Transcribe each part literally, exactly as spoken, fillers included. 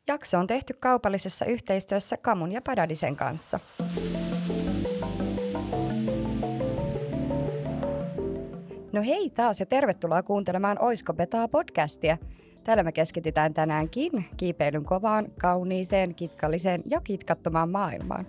Jakso on tehty kaupallisessa yhteistyössä Kamun ja Padadisen kanssa. No hei taas ja tervetuloa kuuntelemaan Oisko Betaa podcastia. Täällä me keskitytään tänäänkin kiipeilyn kovaan, kauniiseen, kitkalliseen ja kitkattomaan maailmaan.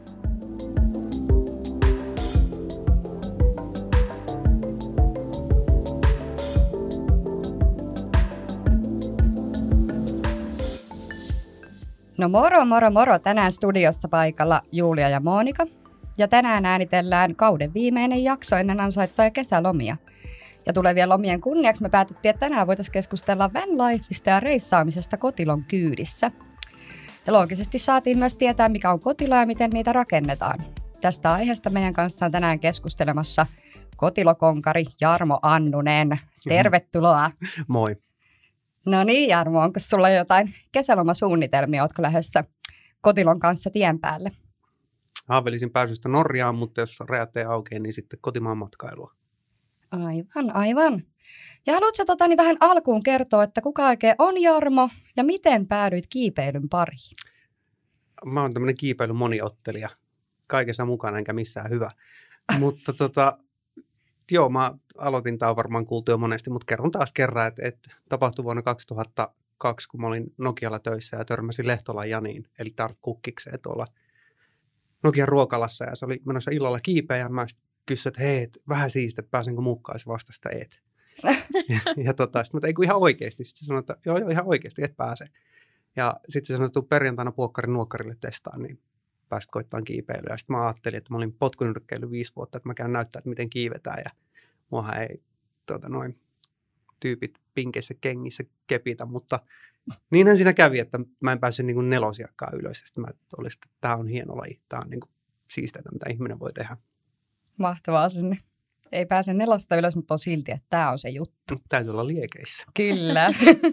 No moro, moro, moro. Tänään studiossa paikalla Julia ja Monika. Ja tänään äänitellään kauden viimeinen jakso ennen ansaittuja kesälomia. Ja tulevien lomien kunniaksi me päätettiin, että tänään voitaisiin keskustella vanlifesta ja reissaamisesta kotilon kyydissä. Ja loogisesti saatiin myös tietää, mikä on kotilo ja miten niitä rakennetaan. Tästä aiheesta meidän kanssa on tänään keskustelemassa kotilokonkari Jarmo Annunen. Tervetuloa. Moi. No niin, Jarmo, onko sulla jotain kesälomasuunnitelmia? Ootko lähdössä kotilon kanssa tien päälle? Haavelisin pääsystä Norjaan, mutta jos rajat ei aukea, niin sitten kotimaan matkailua. Aivan, aivan. Ja haluatko tota, niin vähän alkuun kertoa, että kuka oikein on Jarmo ja miten päädyit kiipeilyn pariin? Mä oon tämmöinen kiipeilyn moniottelija. Kaikessa mukana enkä missään hyvä. mutta tota, joo, mä aloitin, tää on varmaan kuultu jo monesti, mutta kerron taas kerran, että, että tapahtui vuonna kaksituhattakaksi, kun mä olin Nokialla töissä ja törmäsin Lehtolan Janiin, eli Dart Cookikseen tuolla Nokian ruokalassa. Ja se oli menossa illalla kiipeä ja mä kysyin, että hei, et, vähän siistiä, että pääsenkö mukaan, ja se vastasi, että et. ja ja tota, sitten mä tein ihan oikeasti. Sitten sanoin, että joo, joo, ihan oikeasti, et pääse. Ja sitten se sanoi, että tuu perjantaina Puokkarin nuokkarille testaan, niin pääsit koittamaan kiipeilyä. Ja sitten mä ajattelin, että mä olin potkunyrkkeillyt viisi vuotta, että mä käyn näyttää, että miten kiivetään. Ja muahan ei tuota, noin tyypit pinkeissä kengissä kepitä, mutta niinhän siinä kävi, että mä en päässyt niin kuin nelosiakkaan ylös. Ja sitten mä olin, että tämä on hieno laji, tämä on niin kuin siisteitä, mitä ihminen voi tehdä. Mahtavaa sinne. Ei pääse nelosta ylös, mutta on silti, että tämä on se juttu. Täytyy olla liekeissä. Kyllä.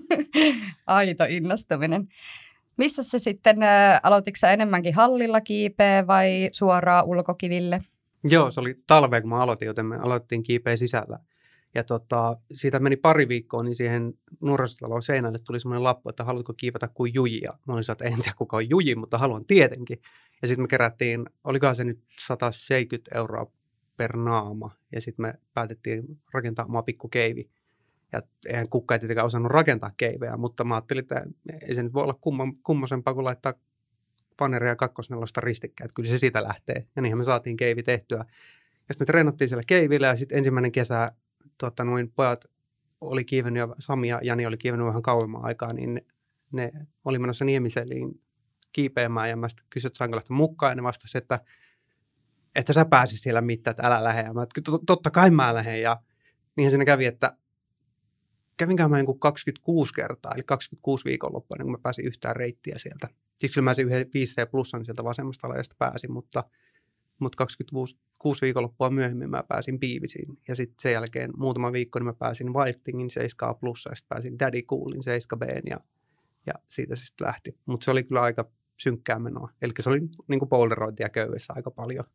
Aito innostuminen. Missä se sitten, ä, aloititko sä enemmänkin hallilla kiipeä vai suoraan ulkokiville? Joo, se oli talvea, kun mä aloitin, joten me aloittiin kiipeä sisällä. Ja tota, siitä meni pari viikkoa, niin siihen nuorisotalon seinälle tuli semmoinen lappu, että haluatko kiivetä kuin Juji. Ja mä olin että en tiedä kuka on Juji, mutta haluan tietenkin. Ja sitten me kerättiin, olikohan se nyt sata seitsemänkymmentä euroa per naama. Ja sitten me päätettiin rakentaa oma pikku keivi. Ja eihän kukaan ei tietenkään osannut rakentaa keivejä, mutta mä ajattelin, että ei se nyt voi olla kumma, kummosempaa kuin laittaa paneria kakkosnelosta ristikkäin. Että kyllä se siitä lähtee. Ja niinhän me saatiin keivi tehtyä. Ja sitten me treenattiin siellä keivillä ja sitten ensimmäinen kesä tuota, noin pojat oli kiivennyt ja Sami ja Jani oli kiivennyt vähän kauemman aikaa, niin ne, ne oli menossa Niemiseliin kiipeämään ja mä sitten kysyin, että saanko lähteä mukaan ja ne vastasi, että että sä pääsis siellä mitään, että älä lähde. Ja mä, että totta kai mä lähden. Ja niinhän siinä kävi, että kävinkään mä joku kaksikymmentäkuusi kertaa, eli kaksikymmentäkuusi viikonloppua, niin kun mä pääsin yhtään reittiä sieltä. Siksi kyllä mä sen yhden viisi C plussan sieltä vasemmasta laidasta pääsin, mutta, mutta kaksikymmentäkuusi viikonloppua myöhemmin mä pääsin Piivisiin. Ja sitten sen jälkeen muutama viikko, niin mä pääsin Whitingin seitsemän A plussa ja sitten pääsin Daddy Coolin seitsemän B:n ja, ja siitä se sitten lähti. Mutta se oli kyllä aika synkkää menoa. Eli se oli niin kuin boulderointia köyvissä aika paljon.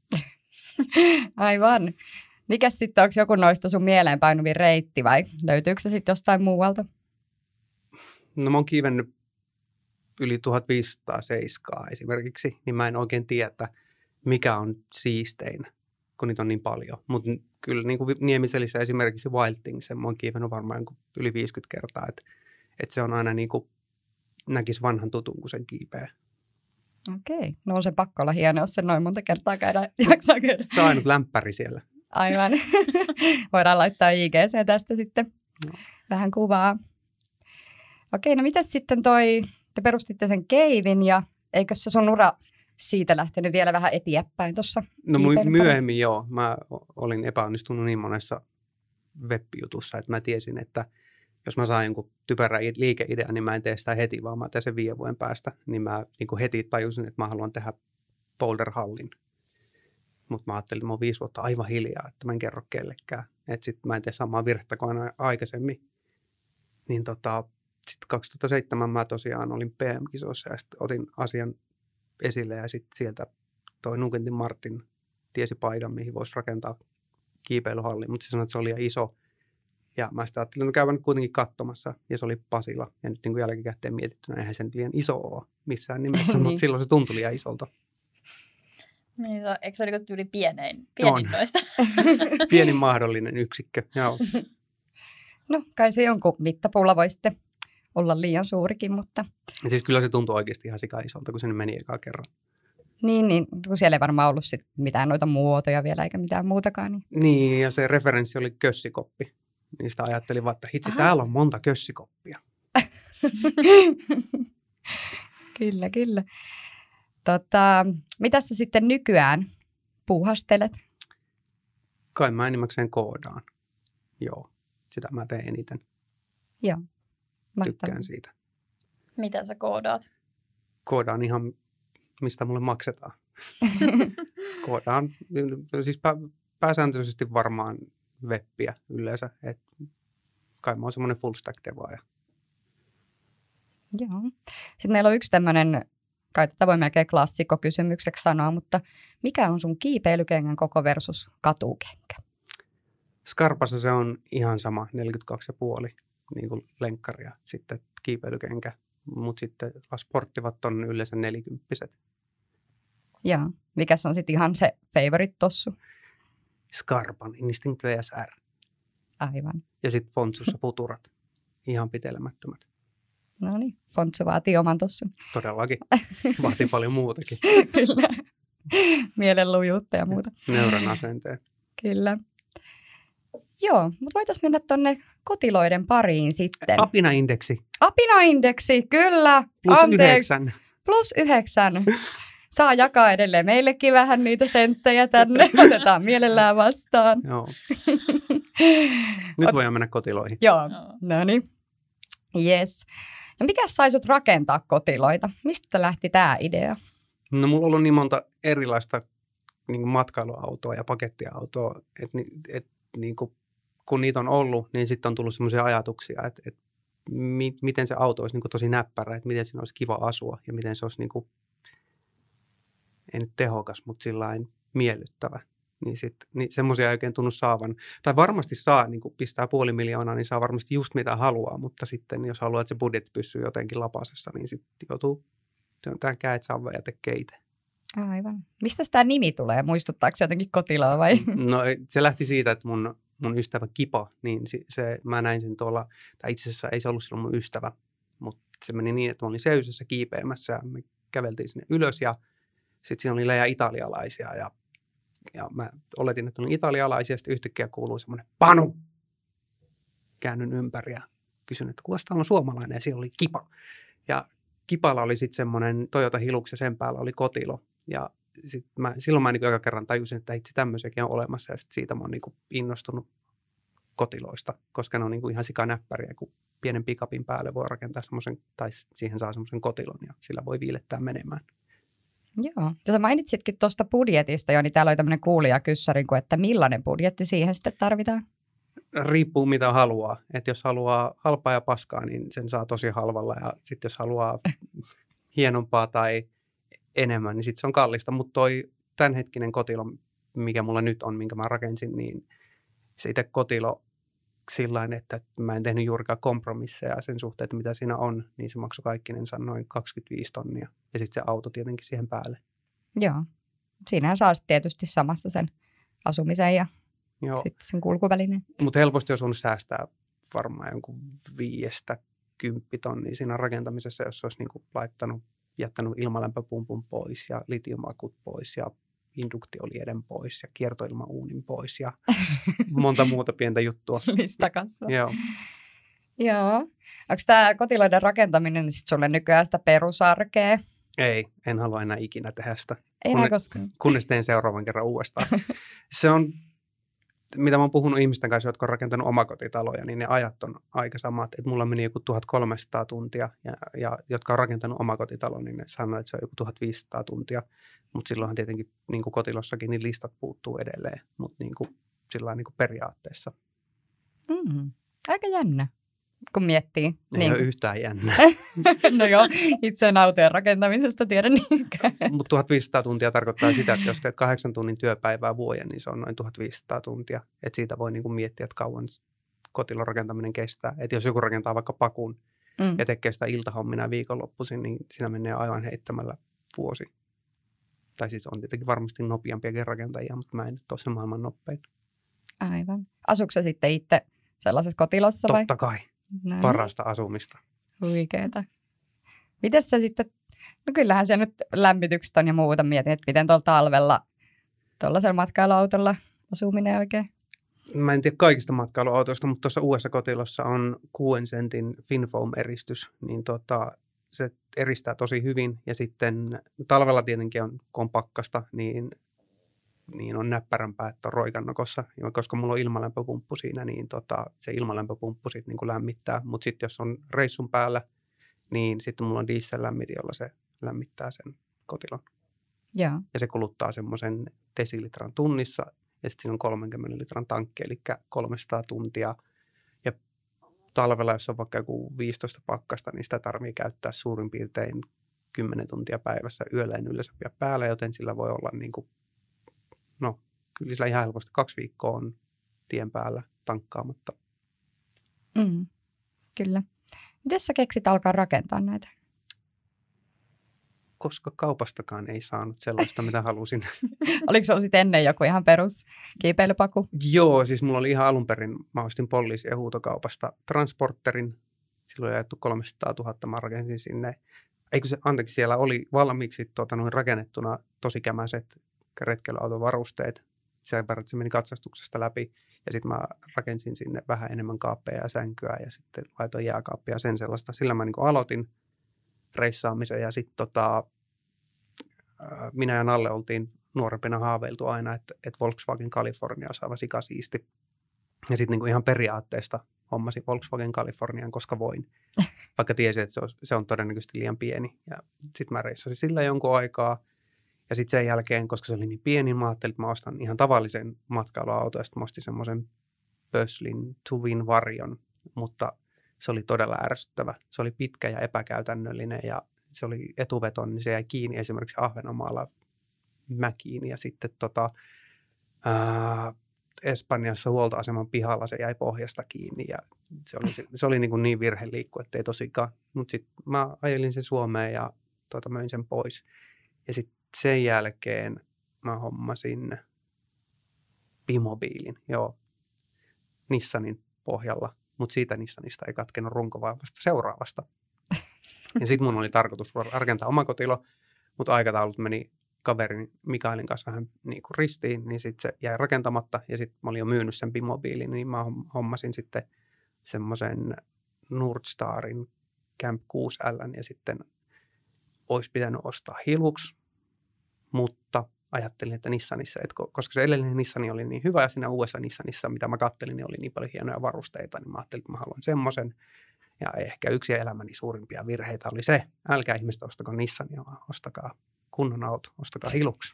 Aivan. Mikäs sitten, onko joku noista sun mieleenpainuvin reitti vai löytyykö se sitten jostain muualta? No mä oon kiivennyt yli tuhatviisisataa seiskaa esimerkiksi, niin mä en oikein tiedä, että mikä on siistein, kun niitä on niin paljon. Mutta kyllä niin kuin Niemiselissä esimerkiksi Whiting, sen mä oon kiivennyt varmaan yli viisikymmentä kertaa, että et se on aina niin kuin näkisi vanhan tutun, kun sen kiipeä. Okei, no on se pakko olla hieno, jos se noin monta kertaa käydä, jaksaa käydä. Se on ainut lämpäri siellä. Aivan. Voidaan laittaa I G C tästä sitten no. vähän kuvaa. Okei, no mitäs sitten toi, te perustitte sen keivin ja eikö se sun ura siitä lähtenyt vielä vähän eteenpäin tuossa? No myöhemmin joo. Mä olin epäonnistunut niin monessa web-jutussa, että mä tiesin, että jos mä saan jonkun typerän liikeidean, niin mä en tee sitä heti, vaan mä teen sen viiden vuoden päästä. Niin mä niin kuin heti tajusin, että mä haluan tehdä boulder-hallin. Mutta mä ajattelin, että mä oon viisi vuotta aivan hiljaa, että mä en kerro kellekään. Että sit mä en tee samaa virhettä kuin aina aikaisemmin. Niin tota, sitten kaksituhattaseitsemän mä tosiaan olin P M-kisoissa ja sitten otin asian esille. Ja sitten sieltä toi Nukentin Martin tiesi paikan, mihin voisi rakentaa kiipeilyhalli. Mutta se sanoi, että se oli iso Ja mä sitten ajattelin, että käydään nyt kuitenkin katsomassa, ja se oli Pasila. Ja nyt niin kuin jälkikäteen mietittynä, eihän se nyt liian iso ole missään nimessä, Niin. mutta silloin se tuntui liian isolta. Niin, se, eikö se ole tyyli pienein, pienin On. noista? Pienin mahdollinen yksikkö, joo. No, kai se jonkun mittapuulla voi sitten olla liian suurikin, mutta Ja siis kyllä se tuntui oikeasti ihan sika isolta, kun sinne meni ekaa kerran. niin, niin, kun siellä ei varmaan ollut sit mitään noita muotoja vielä eikä mitään muutakaan. Niin. Niin, ja se referenssi oli kössikoppi. Niistä ajattelin vaan, että hitsi, Aha. täällä on monta kössikoppia. Kyllä, kyllä. Tota, mitä sä sitten nykyään puuhastelet? Kai mä enimmäkseen koodaan. Joo, sitä mä teen eniten. Joo, mahtavaa. Tykkään siitä. Mitä sä koodaat? Koodaan ihan, mistä mulle maksetaan. Koodaan, siis pää, pääsääntöisesti varmaan webbiä yleensä. Et kai mä oon semmoinen full stack devaaja. Joo. Sitten meillä on yksi tämmöinen, kai tätä voi melkein klassikkokysymykseksi sanoa, mutta mikä on sun kiipeilykengän koko versus katukenkä? Skarpassa se on ihan sama, neljäkymmentäkaksi pilkku viisi niin kuin lenkkari ja sitten kiipeilykenkä. Mutta sitten sporttivat on yleensä nelikymppiset. Joo. Mikäs on sitten ihan se favorite tossu? Skarpan, Instinct V S R. Aivan. Ja sitten Fontsussa Futurat. Ihan pitelemättömät. No niin, Fontsu vaatii oman tossun. Todellakin. Vaatii paljon muutakin. Kyllä. Mielenlujuutta ja muuta. Nöyrän asenteen. Kyllä. Joo, mutta voitaisiin mennä tuonne kotiloiden pariin sitten. Apina-indeksi. Apina-indeksi, kyllä. Plus Anteeksi. yhdeksän. Plus yhdeksän. Saa jakaa edelleen meillekin vähän niitä senttejä tänne. Otetaan mielellään vastaan. Joo. Nyt voidaan mennä kotiloihin. Joo, Joo. no niin. Yes. Ja mikä sai sut rakentaa kotiloita? Mistä lähti tämä idea? No mulla on ollut niin monta erilaista niin kuin matkailuautoa ja pakettiautoa, että et, niin kuin, kun niitä on ollut, niin sitten on tullut semmoisia ajatuksia, että, että mi, miten se auto olisi niin kuin tosi näppärä, että miten siinä olisi kiva asua ja miten se olisi, niin kuin, ei nyt tehokas, mutta sillain miellyttävä. Niin, sit, niin semmoisia ei oikein tunnu saavan. Tai varmasti saa, niin kun pistää puoli miljoonaa, niin saa varmasti just mitä haluaa, mutta sitten jos haluaa, että se budjetti pysyy jotenkin lapasessa, niin sitten joutuu työntämään kädet saveen ja tekee itse. Aivan. Mistä tämä nimi tulee? Muistuttaako se jotenkin kotiloa vai? No se lähti siitä, että mun, mun ystävä Kipa, niin se, se, mä näin sen tuolla, tai itse asiassa ei se ollut silloin mun ystävä, mutta se meni niin, että mä olin Seysessä kiipeämässä ja me käveltiin sinne ylös ja sitten siinä oli leija italialaisia ja Ja mä oletin, että olin italialaisia, ja sitten yhtäkkiä kuului semmoinen Panu! Käännyn ympäri ja kysyn, että kuka täällä on suomalainen, ja siellä oli Kipa. Ja Kipalla oli sitten semmoinen Toyota Hilux, ja sen päällä oli kotilo. Ja sit mä, silloin mä niin joka kerran tajusin, että itse tämmöisiäkin on olemassa, ja sit siitä mä oon niin innostunut kotiloista, koska ne on niin ihan sikanäppäriä, kun pienen pikapin päälle voi rakentaa semmoisen, tai siihen saa semmoisen kotilon, ja sillä voi viilettää menemään. Joo. Ja sä mainitsitkin tuosta budjetista jo, niin täällä oli tämmöinen kuulijakyssäri, että millainen budjetti siihen sitten tarvitaan? Riippuu mitä haluaa. Että jos haluaa halpaa ja paskaa, niin sen saa tosi halvalla. Ja sitten jos haluaa hienompaa tai enemmän, niin sitten se on kallista. Mutta toi tämänhetkinen kotilo, mikä mulla nyt on, minkä mä rakensin, niin se itse kotilo sillain, että mä en tehnyt juurikaan kompromisseja sen suhteen, että mitä siinä on, niin se maksoi kaikkinensa noin kaksikymmentäviisi tonnia. Ja sitten se auto tietenkin siihen päälle. Joo. Siinähän saa sitten tietysti samassa sen asumisen ja Joo. sitten sen kulkuvälineen. Mutta helposti olisi voinut säästää varmaan jonkun viiestä kymppitonnia siinä rakentamisessa, jos olisi niinku laittanut, jättänyt ilmalämpöpumpun pois ja litiumakut pois ja induktiolieden pois ja kiertoilmauunin pois ja monta muuta pientä juttua. Lista kasvaa. Joo. Joo. Onko tämä kotiloiden rakentaminen sitten sulle nykyään sitä perusarkea? Ei, en halua enää ikinä tehdä sitä. Ei Kunne- näin koskaan. Kunnes teen seuraavan kerran uudestaan. Se on, mitä mä oon puhunut ihmisten kanssa, jotka on rakentanut omakotitaloja, niin ne ajat on aika samat. Että mulla meni joku tuhatkolmesataa tuntia, ja, ja jotka on rakentanut omakotitalon, niin ne sanoo, että se on joku tuhatviisisataa tuntia. Mutta silloinhan tietenkin niin kuin kotilossakin niin listat puuttuu edelleen, mutta niin kuin, sillä niin kuin periaatteessa. Mm. Aika jännä, kun miettii. Ei niin. ole yhtään jännää. No joo, itse en autojen rakentamisesta tiedä niinkään. Mutta tuhatviisisataa tuntia tarkoittaa sitä, että jos teet kahdeksan tunnin työpäivää vuoden, niin se on noin tuhatviisisataa tuntia. Että siitä voi niin kuin miettiä, että kauan, kotilon rakentaminen kestää. Että jos joku rakentaa vaikka pakun Mm. ja tekee sitä iltahommina viikonloppuisin, niin siinä menee aivan heittämällä vuosi. Tai siis on tietenkin varmasti nopeampiakin rakentajia, mutta mä en nyt ole se maailman nopein. Aivan. Asuuko sä sitten itse sellaisessa kotilossa vai? Totta kai. Näin. Parasta asumista. Huikeeta. Mites sä sitten, no kyllähän se nyt lämmitykset on ja muuta mietin, että miten tuolla talvella tuollaisella matkailuautolla asuminen oikein? Mä en tiedä kaikista matkailuautoista, mutta tuossa uudessa kotilossa on kuuden sentin FinFoam-eristys, niin tota, se eristää tosi hyvin. Ja sitten talvella tietenkin on, kun on pakkasta, niin, niin on näppärämpää, että on roikannokossa. Ja koska mulla on ilmalämpöpumppu siinä, niin tota, se ilmalämpöpumppu sitten niin lämmittää. Mutta sitten jos on reissun päällä, niin sitten mulla on diesellämmitin, jolla se lämmittää sen kotilon. Joo. Ja se kuluttaa semmoisen desilitran tunnissa. Ja sitten siinä on kolmenkymmenen litran tankki, eli kolmesataa tuntia. Ja talvella, jos on vaikka joku viisitoista pakkasta, niin sitä tarvitsee käyttää suurin piirtein kymmenen tuntia päivässä. Yöllä en yleensä pidä päällä, joten sillä voi olla niin kuin, no kyllä sillä ihan helposti kaksi viikkoa on tien päällä tankkaamatta. Mm. Kyllä. Miten sä keksit alkaa rakentaa näitä? Koska kaupastakaan ei saanut sellaista, mitä halusin. Oliko sulla sitten ennen joku ihan perus kiipeilypaku? Joo, siis mulla oli ihan alun perin, mä ostin Poliisi- ja huutokaupasta transporterin. Silloin jaettu kolmesataatuhatta, mä rakensin sinne. Eikö se, anteeksi, siellä oli valmiiksi tuota, noin rakennettuna tosi kämäiset retkeilyauton varusteet. Sen verran, että se meni katsastuksesta läpi. Ja sitten mä rakensin sinne vähän enemmän kaappeja ja sänkyä ja sitten laitoin jääkaappia ja sen sellaista. Sillä mä niin kuin aloitin reissaamisen ja sitten tota, minä ja Nalle oltiin nuorempina haaveiltu aina, että, että Volkswagen California olisi aivan sikasiisti. Ja sitten niin ihan periaatteesta hommasin Volkswagen Californian, koska voin, vaikka tiesin, että se on, se on todennäköisesti liian pieni. Ja sitten mä reissasin sillä jonkun aikaa. Ja sitten sen jälkeen, koska se oli niin pieni, mä ajattelin, että mä ostan ihan tavallisen matkailuauton. Ja sitten mä ostin semmoisen Pöslin Tuvin Varion, mutta se oli todella ärsyttävä. Se oli pitkä ja epäkäytännöllinen ja se oli etuveton, niin se jäi kiinni esimerkiksi Ahvenanmaalla mäkiin. Ja sitten tota, ää, Espanjassa huoltoaseman pihalla se jäi pohjasta kiinni ja se oli, se, se oli niin, kuin niin virheliikku, ettei tosikaan. Mutta sitten mä ajelin sen Suomeen ja tota, möin sen pois. Ja sitten sen jälkeen mä hommasin Bimobiilin, joo, Nissanin pohjalla. Mutta siitä Nissanista ei katkenut runko, vaan vasta seuraavasta. Ja sitten mun oli tarkoitus rakentaa omakotilo, mutta aikataulut meni kaverin Mikaelin kanssa vähän niin kuin ristiin, niin sitten se jäi rakentamatta. Ja sitten mä olin jo myynyt sen Bimobiilin, niin mä hommasin sitten semmoisen Nordstarin Camp kuusi L, ja sitten olisi pitänyt ostaa Hilux, mutta ajattelin, että Nissanissa, että koska se edellinen Nissani oli niin hyvä ja siinä uudessa Nissanissa, mitä mä kattelin, niin oli niin paljon hienoja varusteita, niin mä ajattelin, että mä haluan semmoisen. Ja ehkä yksi elämäni suurimpia virheitä oli se, älkää ihmiset ostako Nissania, vaan ostakaa kunnon auto, ostakaa Hilux.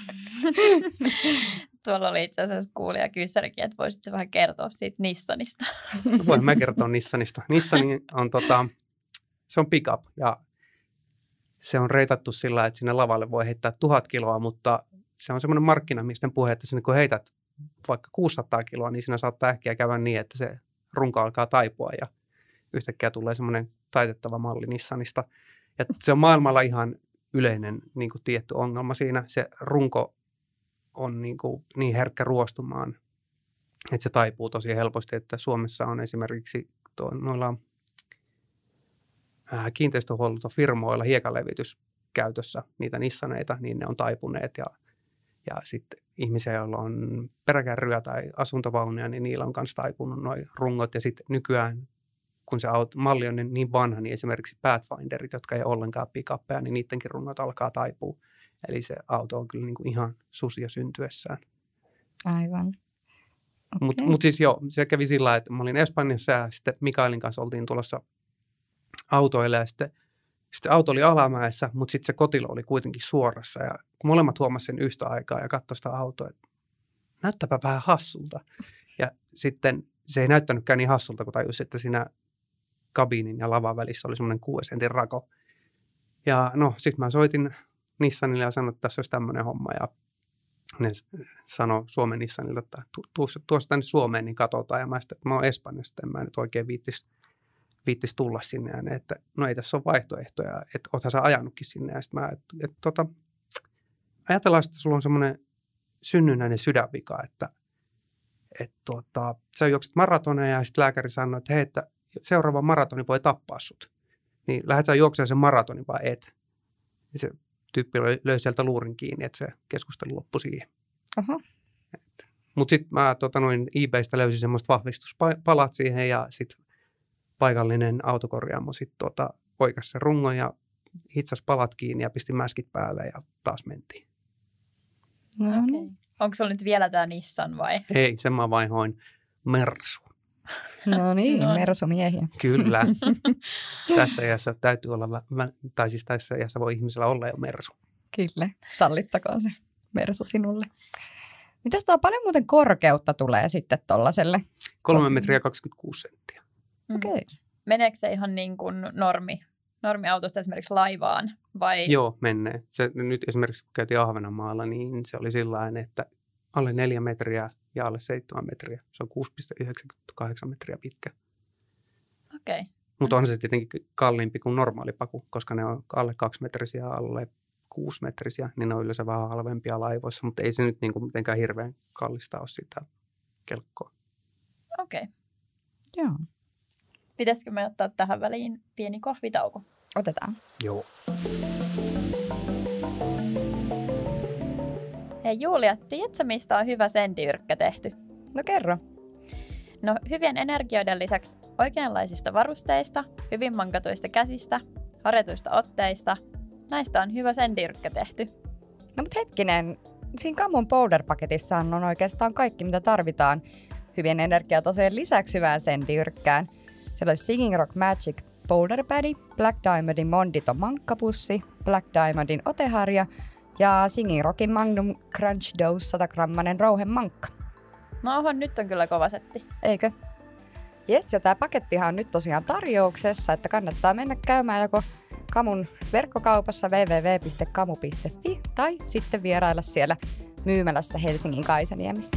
Tuolla oli itse asiassa kuulija kyssärikin, että voisitko vähän kertoa siitä Nissanista? No, voin mä kertoa Nissanista. Nissani on, tota, se on pickup ja se on reitattu sillä, että sinne lavalle voi heittää tuhat kiloa, mutta se on semmoinen markkinamiesten puhe, että sinne kun heität vaikka kuusisataa kiloa, niin siinä saattaa äkkiä käydä niin, että se runko alkaa taipua ja yhtäkkiä tulee semmoinen taitettava malli Nissanista. Ja se on maailmalla ihan yleinen niin kuin tietty ongelma siinä. Se runko on niin, kuin niin herkkä ruostumaan, että se taipuu tosi helposti, että Suomessa on esimerkiksi tuo, noilla kiinteistöhuoltofirmoilla hiekalevitys käytössä niitä Nissaneita, niin ne on taipuneet ja, ja sitten ihmisiä, joilla on peräkärryä tai asuntovaunuja, niin niillä on myös taipunut nuo rungot ja sitten nykyään kun se auto, malli on niin vanha, niin esimerkiksi Pathfinderit, jotka ei ole ollenkaan pickuppeja, niin niidenkin rungot alkaa taipua. Eli se auto on kyllä niin kuin ihan susia syntyessään. Aivan. Okay. Mutta mut siis joo, se kävi sillä lailla, että mä olin Espanjassa ja sitten Mikaelin kanssa oltiin tulossa autoille ja sitten, sitten auto oli alamäessä, mutta sitten se kotilo oli kuitenkin suorassa. Ja kun molemmat huomasivat sen yhtä aikaa ja katsoivat sitä autoa, että näyttääpä vähän hassulta. Ja sitten se ei näyttänytkään niin hassulta, kun tajusi, että siinä kabiinin ja lavan välissä oli semmoinen kuuden sentin rako. Ja no, sitten mä soitin Nissanille ja sanoin, että tässä olisi tämmöinen homma. Ja ne sanoi Suomen Nissanilta, että tuossa tänne Suomeen, niin katsotaan. Ja mä sitten, että mä oon Espanjasta, en mä nyt oikein viittis, viittis tulla sinne. Ja ne, että no ei tässä ole vaihtoehtoja, että oothan sä ajanutkin sinne. Ja sitten mä, että, että tota, ajatellaan, että sulla on semmoinen synnynnäinen sydänvika, että, että tota, sä juokset maratoneja ja sitten lääkäri sanoi, että hei, että seuraava maratoni voi tappaa sut. Niin lähdet sä juoksemaan sen maratonin vai et? Ja se tyyppi löi, löi sieltä luurin kiinni, että se keskustelu loppui siihen. Oho. Mutta sitten mä tota, noin eBaystä löysin semmoista vahvistuspalat siihen ja sitten paikallinen autokorjaamo sitten tota, oikasi sen rungon ja hitsasi palat kiinni ja pisti mäskit päälle ja taas mentiin. No, Okay. Onko sulla nyt vielä tämä Nissan vai? Ei, sen mä vaihoin Mersu. no niin, No. mersumiehiä. Kyllä. Tässä iässä täytyy olla, tai siis tässä iässä voi ihmisellä olla jo Mersu. Kyllä, sallittakoon se mersu sinulle. Mitäs tää paljon muuten korkeutta tulee sitten tollaselle? Kolme metriä kaksikymmentäkuusi senttiä. Mm. Okei. Okay. Meneekö se ihan niin kuin normi, normiautosta esimerkiksi laivaan? Vai? Joo, menee. Se, nyt esimerkiksi kun käytiin Ahvenanmaalla, niin se oli sillain, että alle neljä metriä ja alle seitsemän metriä. Se on kuusi pilkku yhdeksänkymmentäkahdeksan metriä pitkä. Okei. Okay. Mutta on se tietenkin kalliimpi kuin normaali paku, koska ne on alle kaksimetrisiä ja alle kuusimetrisiä, niin ne on yleensä vähän halvempia laivoissa, mutta ei se nyt niin kuin mitenkään hirveän kallista ole sitä kelkkoa. Okei. Okay. Joo, Pitäisikö me ottaa tähän väliin pieni kahvitauko? otetaan. Joo. Hei Julia, tiedätkö mistä on hyvä sendiyrkkä tehty? No kerro. No hyvien energioiden lisäksi oikeanlaisista varusteista, hyvin mankatuista käsistä, harjoituista otteista. Näistä on hyvä sendiyrkkä tehty. No mut hetkinen, siinä Kamon powder-paketissa on oikeastaan kaikki, mitä tarvitaan hyvien energiatasojen lisäksi hyvään sendiyrkkään. Siellä olisi Singing Rock Magic Powder Paddy, Black Diamondin Mondito mankkapussi, Black Diamondin oteharja ja Singing Rockin Magnum Crunch Dose sata grammanen rouhen mankka. No oho, nyt on kyllä kova setti. Eikö? Jes, ja tämä pakettihan on nyt tosiaan tarjouksessa, että kannattaa mennä käymään joko Kamun verkkokaupassa double-u double-u double-u piste kamu piste fi tai sitten vierailla siellä myymälässä Helsingin Kaisaniemessä.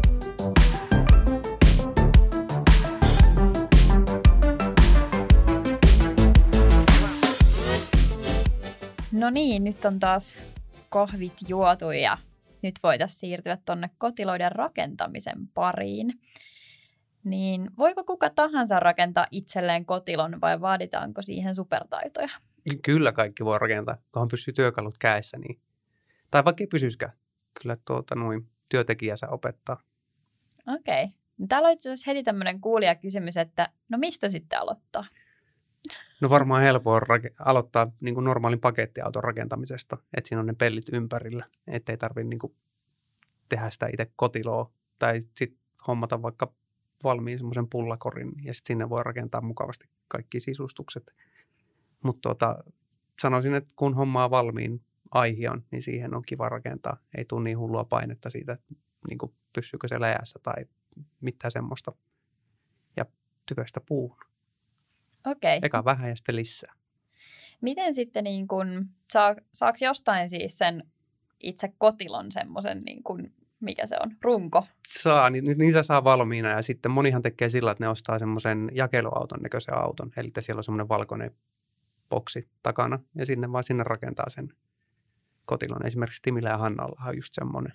No niin, nyt on taas kahvit juotu ja nyt voitaisiin siirtyä tuonne kotiloiden rakentamisen pariin. Niin voiko kuka tahansa rakentaa itselleen kotilon vai vaaditaanko siihen supertaitoja? Kyllä kaikki voi rakentaa, kunhan pysyy työkalut kädessä. Niin. Tai vaikka ei pysyiskään. Kyllä tuota, noin työntekijänsä opettaa. Okei. No täällä on itse asiassa heti tämmöinen kuulijakysymys, että no mistä sitten aloittaa? No varmaan helpoa rake- aloittaa niin kuin normaalin pakettiauton rakentamisesta, että siinä on ne pellit ympärillä, ettei tarvitse niin kuin tehdä sitä itse kotiloa tai sitten hommata vaikka valmiin semmoisen pullakorin ja sitten sinne voi rakentaa mukavasti kaikki sisustukset. Mutta tuota, sanoisin, että kun hommaa valmiin aihion, niin siihen on kiva rakentaa. Ei tule niin hullua painetta siitä, että niin kuin pysyykö se läjässä tai mitään semmoista. Ja tyvestä puuhun. Okei. Eka vähän ja sitten lisää. Miten sitten, niin kun, saa, saako jostain siis sen itse kotilon semmoisen, niin kun, mikä se on, runko? Saa, ni, niitä saa valmiina ja sitten monihan tekee sillä, että ne ostaa semmoisen jakeluauton näköisen auton. Eli siellä on semmoinen valkoinen boksi takana ja sinne vaan sinne rakentaa sen kotilon. Esimerkiksi Timillä ja Hannalla on just semmoinen.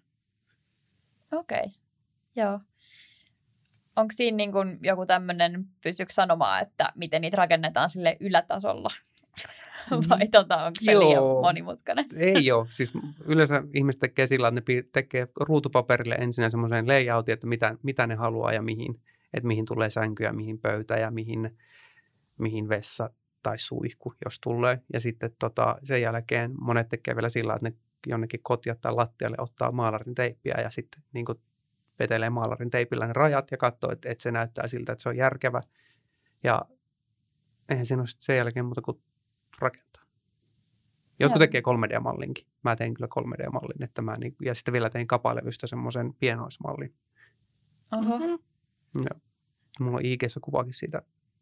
Okei, joo. Onko siinä niin kun joku tämmöinen, pystyykö sanomaan, että miten niitä rakennetaan sille ylätasolla? Vai tota, onko se Joo. liian monimutkainen? Ei ole. Siis yleensä ihmiset tekee sillä, että ne tekee ruutupaperille ensin semmoisen layoutin, että mitä, mitä ne haluaa ja mihin. Että mihin tulee sänkyä, mihin pöytä ja mihin, mihin vessa tai suihku, jos tulee. Ja sitten tota, sen jälkeen monet tekee vielä sillä, että ne jonnekin kotia tai lattialle ottaa maalarin teippiä ja sitten niin kuin vetelee maalarin teipillä ne rajat ja katsoo, että, että se näyttää siltä, että se on järkevä. Ja eihän siinä ole sen jälkeen muuta kuin rakentaa. Jotkut Joo. tekee kolme D-mallinkin. Mä tein kyllä kolme D-mallin, että mä niin, ja sitten vielä tein kapalevystä semmoisen pienoismallin. Oho. Mhm. Ja mulla on I G:ssä kuvakin siitä,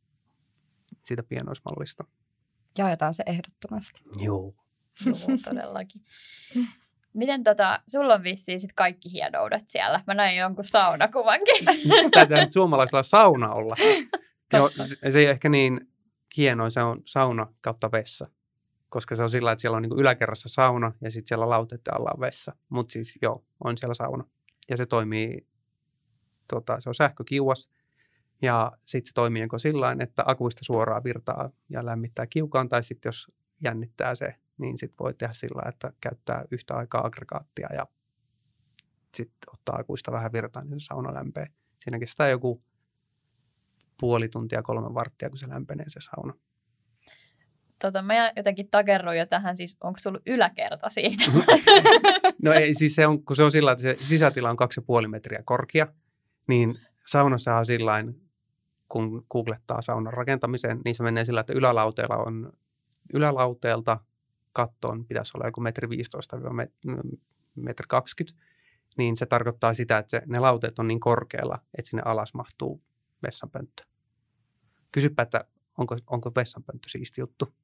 siitä pienoismallista. Jaetaan se ehdottomasti. Joo. Joo, todellakin. Miten tota, sulla on vissiin sit kaikki hienoudet siellä. Mä näin jonkun saunakuvankin. Täytyy nyt suomalaisella sauna olla. Joo, se, se ei ehkä niin hienoa, se on sauna kautta vessa. Koska se on sillä, että siellä on niin kuin yläkerrassa sauna ja sitten siellä lauteiden alla on vessa. Mutta siis joo, on siellä sauna. Ja se toimii, tota, se on sähkökiuas. Ja sitten se toimii joko sillain, että akuista suoraan virtaa ja lämmittää kiukaan. Tai sitten jos jännittää se, niin sitten voi tehdä sillä, että käyttää yhtä aikaa aggregaattia ja sitten ottaa akuista vähän virtaa, niin se sauna lämpee. Siinä kestää joku puoli tuntia, kolme varttia, kun se lämpenee se sauna. Tota, mä jotenkin takerruin jo tähän, siis onko sulla yläkerta siinä? No ei, siis se on, kun se on sillä, että se sisätila on kaksi ja puoli metriä korkea, niin saunassa on sillain, kun googlettaa saunan rakentamisen, niin se menee sillä, että ylälauteella on, ylälauteelta kattoon pitäisi olla joku metri viisitoista metri kaksikymmentä, niin se tarkoittaa sitä, että se, ne lauteet on niin korkealla, että sinne alas mahtuu vessanpönttö. Kysypä, että onko, onko vessanpönttö siisti juttu?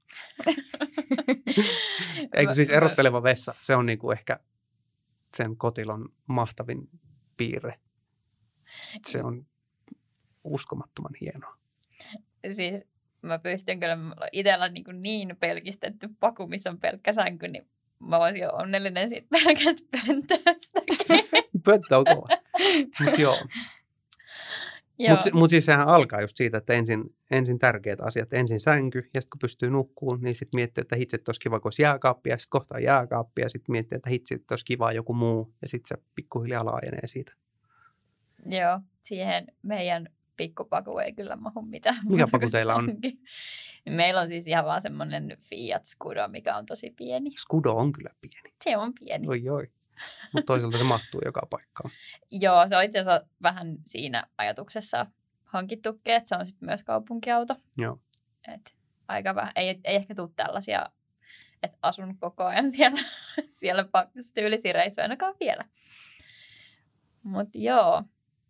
Eikö siis erotteleva vessa, se on niinku ehkä sen kotilon mahtavin piirre. Se on uskomattoman hienoa. Siis mä pystyn kyllä, itsellä niin, niin pelkistetty paku, missä on pelkkä sänky, niin mä voisin jo onnellinen siitä pelkästä pöntöstäkin. Pönttö on kova. Mutta joo. Mutta mut siis sehän alkaa just siitä, että ensin, ensin tärkeät asiat, ensin sänky, ja sitten kun pystyy nukkuun, niin sitten miettii, että hitsi, että olisi kiva, kun olisi jääkaappi, ja sitten kohtaa jääkaappi, ja sitten miettii, että hitsi, että olisi kiva joku muu, ja sitten se pikkuhiljaa laajenee siitä. Joo, siihen meidän pikkupaku ei kyllä mahu mitään. Mikä paku teillä on? Meillä on siis ihan vaan semmoinen Fiat Scudo, mikä on tosi pieni. Scudo on kyllä pieni. Se on pieni. Oi oi. Mutta toisaalta se mahtuu joka paikkaan. Joo, se on itse asiassa vähän siinä ajatuksessa hankittukin, että se on sitten myös kaupunkiauto. Joo. Et aika vähän. Ei, ei ehkä tule tällaisia, että asun koko ajan siellä, siellä tyylisiä reissuja ainakaan vielä. Mutta joo.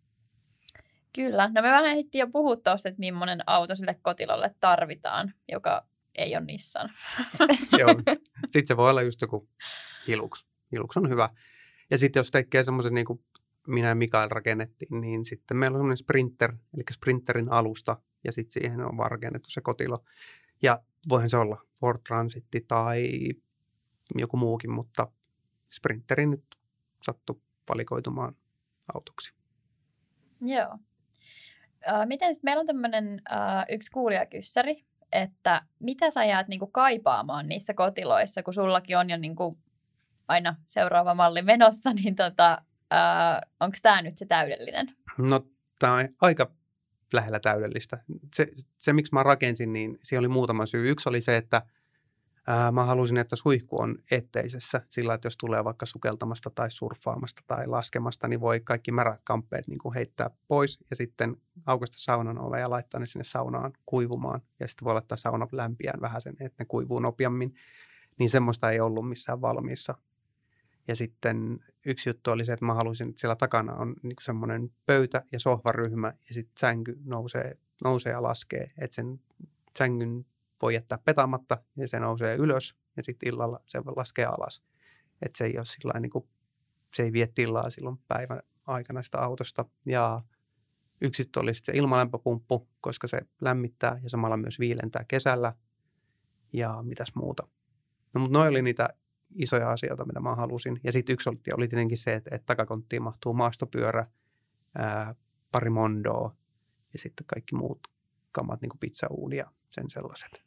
Kyllä. No me vähän ehdittiin jo puhua tuosta, että millainen auto sille kotilolle tarvitaan, joka ei ole Nissan. Joo. Sitten se voi olla just joku Hilux. Hilux on hyvä. Ja sitten jos tekee semmoisen, niin kuin minä ja Mikael rakennettiin, niin sitten meillä on semmoinen Sprinter, eli Sprinterin alusta, ja sitten siihen on vaan rakennettu se kotilo. Ja voihan se olla Ford Transit tai joku muukin, mutta Sprinteri nyt sattui valikoitumaan autoksi. Joo. Äh, miten sitten meillä on tämmöinen äh, yksi kuulijakyssäri, että mitä sä jäät niinku kaipaamaan niissä kotiloissa, kun sullakin on jo niinku aina seuraava malli menossa, niin tota, äh, onko tämä nyt se täydellinen? No tämä on aika lähellä täydellistä. Se, se miksi mä rakensin, niin siinä oli muutama syy. Yksi oli se, että ää, mä halusin, että suihku on etteisessä sillä, että jos tulee vaikka sukeltamasta tai surffaamasta tai laskemasta, niin voi kaikki märät kamppeet niin kuin heittää pois ja sitten aukaista saunan ovea ja laittaa ne sinne saunaan kuivumaan. Ja sitten voi laittaa saunan lämpiään vähän sen, että ne kuivuu nopeammin. Niin semmoista ei ollut missään valmiissa. Ja sitten yksi juttu oli se, että mä halusin, että siellä takana on niin semmoinen pöytä- ja sohvaryhmä ja sitten sänky nousee, nousee ja laskee. Että sen sängyn voi jättää petaamatta ja se nousee ylös ja sitten illalla se laskee alas. Että se ei ole sillain, niin kuin, se ei vie tilaa silloin päivän aikana sitä autosta. Ja yksi juttu oli sitten se ilmalämpöpumppu, koska se lämmittää ja samalla myös viilentää kesällä. Ja mitäs muuta. No mutta noi oli niitä isoja asioita, mitä mä halusin. Ja sitten yksi oli, oli tietenkin se, että, että takakonttiin mahtuu maastopyörä, ää, pari mondoa ja sitten kaikki muut kamat, niin kuin pizzauuni ja sen sellaiset.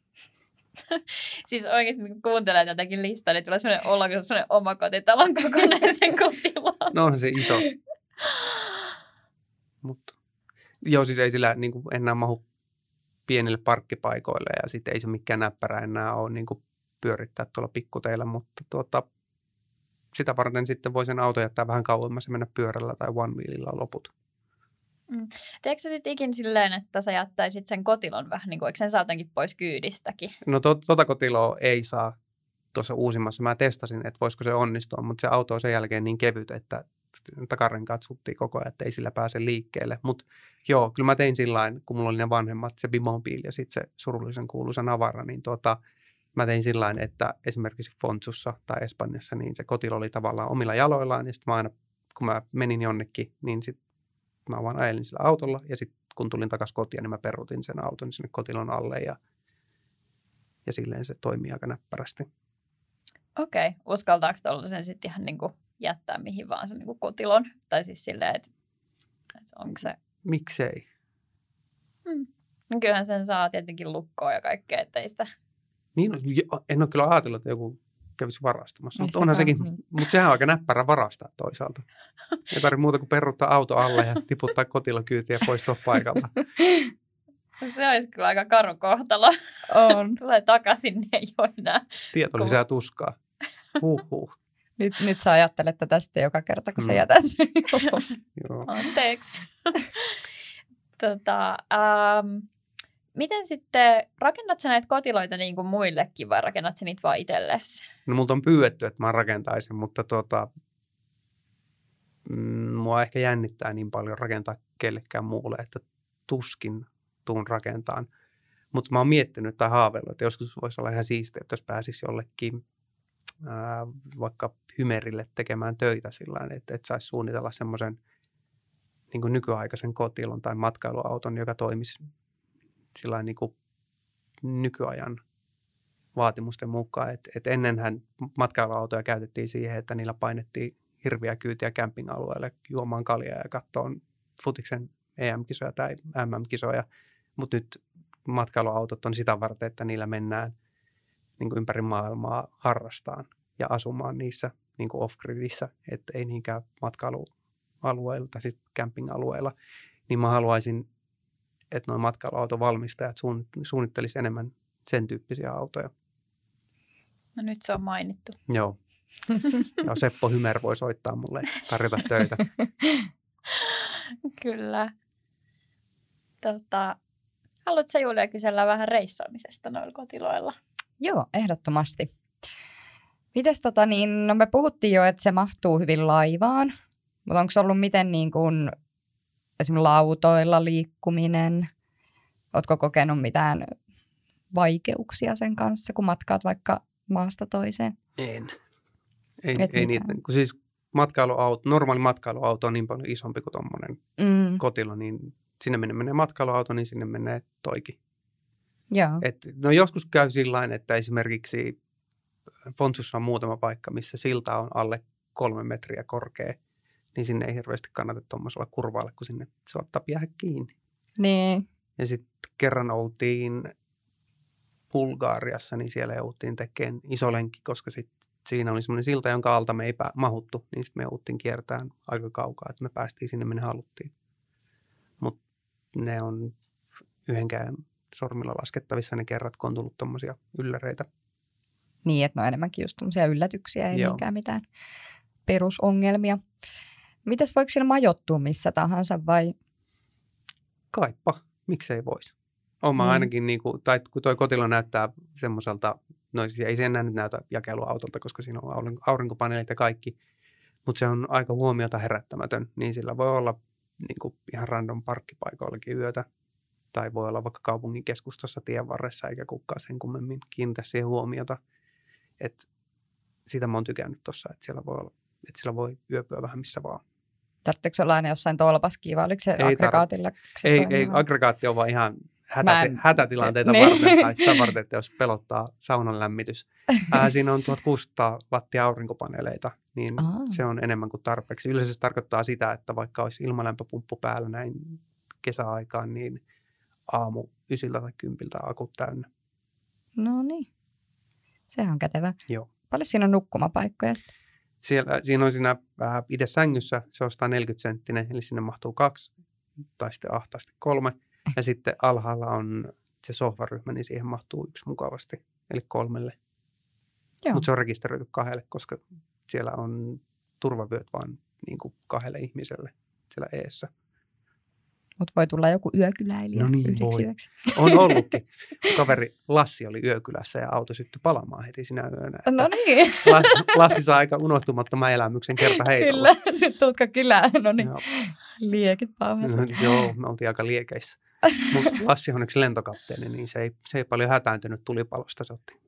Siis oikeasti kun kuuntelee tätäkin listaa, niin tulee sellainen olo, kun sellainen omakotitalon kokoinen sen kotila. No onhan se iso. Mutta joo, siis ei sillä niin kuin enää mahu pienille parkkipaikoille ja sitten ei se mikään näppärä enää ole niin kuin pyörittää tuolla pikkuteillä, mutta tuota, sitä varten sitten voi sen auto jättää vähän kauemmas ja mennä pyörällä tai one-wheelillä loput. Mm. Teekö sä sitten ikin silleen, että sä jättäisit sen kotilon vähän, niin kuin, eikö sen saa jotenkin pois kyydistäkin? No to, tota kotiloa ei saa tuossa uusimmassa. Mä testasin, että voisiko se onnistua, mutta se auto on sen jälkeen niin kevyt, että takarenkaat suttii koko ajan, että ei sillä pääse liikkeelle. Mutta joo, kyllä mä tein sillain, kun mulla oli ne vanhemmat, se Bimobil ja sitten se surullisen kuuluisa Navara, niin tuota, mä tein sillain, että esimerkiksi Fontsussa tai Espanjassa, niin se kotilo oli tavallaan omilla jaloillaan. Ja sitten mä aina, kun mä menin jonnekin, niin sit mä vaan ajelin sillä autolla. Ja sitten kun tulin takaisin kotiin, niin mä peruutin sen auton sinne kotilon alle. Ja, ja silleen se toimii aika näppärästi. Okei. Okay. Uskaltaako tuollaisen sitten ihan niin kuin jättää mihin vaan sen niin kuin kotilon? Tai siis silleen, että, että onko se... Miksei? Hmm. No kyllähän sen saa tietenkin lukkoa ja kaikkea, ettei sitä... Niin, en ole kyllä ajatellut, että joku kävisi varastamassa, mutta Mistä onhan sekin, niin. mutta sehän on aika näppärä varastaa toisaalta. Ei tarvitse muuta kuin peruttaa auto alle ja tiputtaa kotilokyytiä ja poistua paikalta. Se olisi kyllä aika karu kohtalo. On. Tulee takaisin, ne ei ole enää. Tieto lisää tuskaa. Huhhuh. Nyt, nyt sä ajattelet tätä sitten joka kerta, kun Mm. sä jätät sen. Joo. Anteeksi. tota, ähm, miten sitten, rakennat sä näitä kotiloita niin kuin muillekin vai rakennat sä niitä vaan itsellesi? No multa on pyydetty, että mä rakentaisin, mutta tota, mm, mua ehkä jännittää niin paljon rakentaa kellekään muulle, että tuskin tuun rakentaan. Mutta mä oon miettinyt tai haaveillut, että joskus voisi olla ihan siistiä, että jos pääsisi jollekin ää, vaikka Hymerille tekemään töitä sillä tavalla, että, että saisi suunnitella semmoisen niin kuin nykyaikaisen kotilon tai matkailuauton, joka toimisi sillä niin kuin nykyajan vaatimusten mukaan. Et, et ennenhän matkailuautoja käytettiin siihen, että niillä painettiin hirviä kyytiä camping-alueelle juomaan kaljaa ja katsomaan futiksen E M-kisoja tai M M-kisoja. Mutta nyt matkailuautot on sitä varten, että niillä mennään niin kuin ympäri maailmaa harrastaan ja asumaan niissä niin kuin off-gridissä, että ei niinkään matkailualueilla tai sitten camping-alueilla. Niin mä haluaisin, että nuo matkailuautovalmistajat suunnittelisi enemmän sen tyyppisiä autoja. No nyt se on mainittu. Joo. Ja Seppo Hymer voi soittaa mulle, tarjota töitä. Kyllä. Tota, haluatko sä Julia kysellä vähän reissaamisesta noilla kotiloilla? Joo, ehdottomasti. Mites tota niin, no me puhuttiin jo, että se mahtuu hyvin laivaan, mutta onko ollut miten niin kuin esimerkiksi lautoilla liikkuminen? Ootko kokenut mitään vaikeuksia sen kanssa, kun matkaat vaikka maasta toiseen? En. Ei, Et ei mitään. niitä, kun siis matkailuauto, normaali matkailuauto on niin paljon isompi kuin tuommoinen Mm, kotilo, niin sinne minne menee matkailuauto, niin sinne menee toikin. joo. Et, no joskus käy sillain, että esimerkiksi Fontsussa on muutama paikka, missä silta on alle kolme metriä korkea, niin sinne ei hirveästi kannata tuommoisella kurvailla, kun sinne saattaa jäädä kiinni. Niin. Ja sitten kerran oltiin Bulgariassa, niin siellä jouduttiin tekemään iso lenkki, koska sit siinä oli semmoinen silta, jonka alta me ei pää- mahuttu, niin sitten me jouduttiin kiertämään aika kaukaa, että me päästiin sinne, minne haluttiin. Mutta ne on yhdenkään sormilla laskettavissa ne kerrat, kun on tullut tuommoisia ylläreitä. Niin, että ne on enemmänkin just tämmöisiä yllätyksiä, ei Joo. niinkään mitään perusongelmia. Mites voiko siellä majoittua missä tahansa vai? Kaipa, miksei voisi. Olen Niin. mä ainakin, niin kuin, tai kun tuo kotilo näyttää semmoiselta, no siis ei se enää nyt näytä jakeluautolta, koska siinä on aurinko- aurinkopaneelit ja kaikki, mutta se on aika huomiota herättämätön, niin sillä voi olla niin kuin ihan random parkkipaikoillakin yötä, tai voi olla vaikka kaupungin keskustassa tien varressa, eikä kukaan sen kummemmin kiinnitä siihen huomiota. Et sitä mä oon tykännyt tuossa, että siellä voi olla, että siellä voi yöpyä vähän missä vaan. Tarvitseeko olla aina jossain tolpaskiin vai oliko se Ei aggregaatilla? se Ei, toimii ei vai? aggregaatti on vaan ihan Mä hätäti- en- hätätilanteita Niin. varten tai sitä varten, että jos pelottaa saunan lämmitys. Ää, siinä on tuhatkuusisataa wattia aurinkopaneeleita, niin Aa. se on enemmän kuin tarpeeksi. Yleensä se tarkoittaa sitä, että vaikka olisi ilmalämpöpumppu päällä näin kesäaikaan, niin aamu ysiltä tai kympiltä akut täynnä. No niin. Sehän on kätevä. Joo. Paljon siinä on nukkumapaikkoja sitten? Siellä, siinä on siinä ää, itse sängyssä, se on sata neljäkymmentä senttinen, eli sinne mahtuu kaksi tai sitten ahtaasti kolme. Ja sitten alhaalla on se sohvaryhmä, niin siihen mahtuu yksi mukavasti, eli kolmelle. Joo. Mutta se on rekisteröity kahdelle, koska siellä on turvavyöt vaan niin kuin kahdelle ihmiselle siellä eessä. Mutta voi tulla joku yökyläilijä No niin, yhdeksi voi. yöksi. On ollutkin. Kaveri Lassi oli yökylässä ja auto syttyi palamaan heti sinä yönä. No niin, Lassi, Lassi saa aika unohtumattoman elämyksen kerta heitolla. kyllä. Sitten tuutko kylään. No niin, Joo. liekit pauhassa. No, joo, me oltiin aika liekeissä. Mutta Lassi on onneksi lentokapteeni, niin se ei, se ei paljon hätääntynyt tulipalosta. Se otti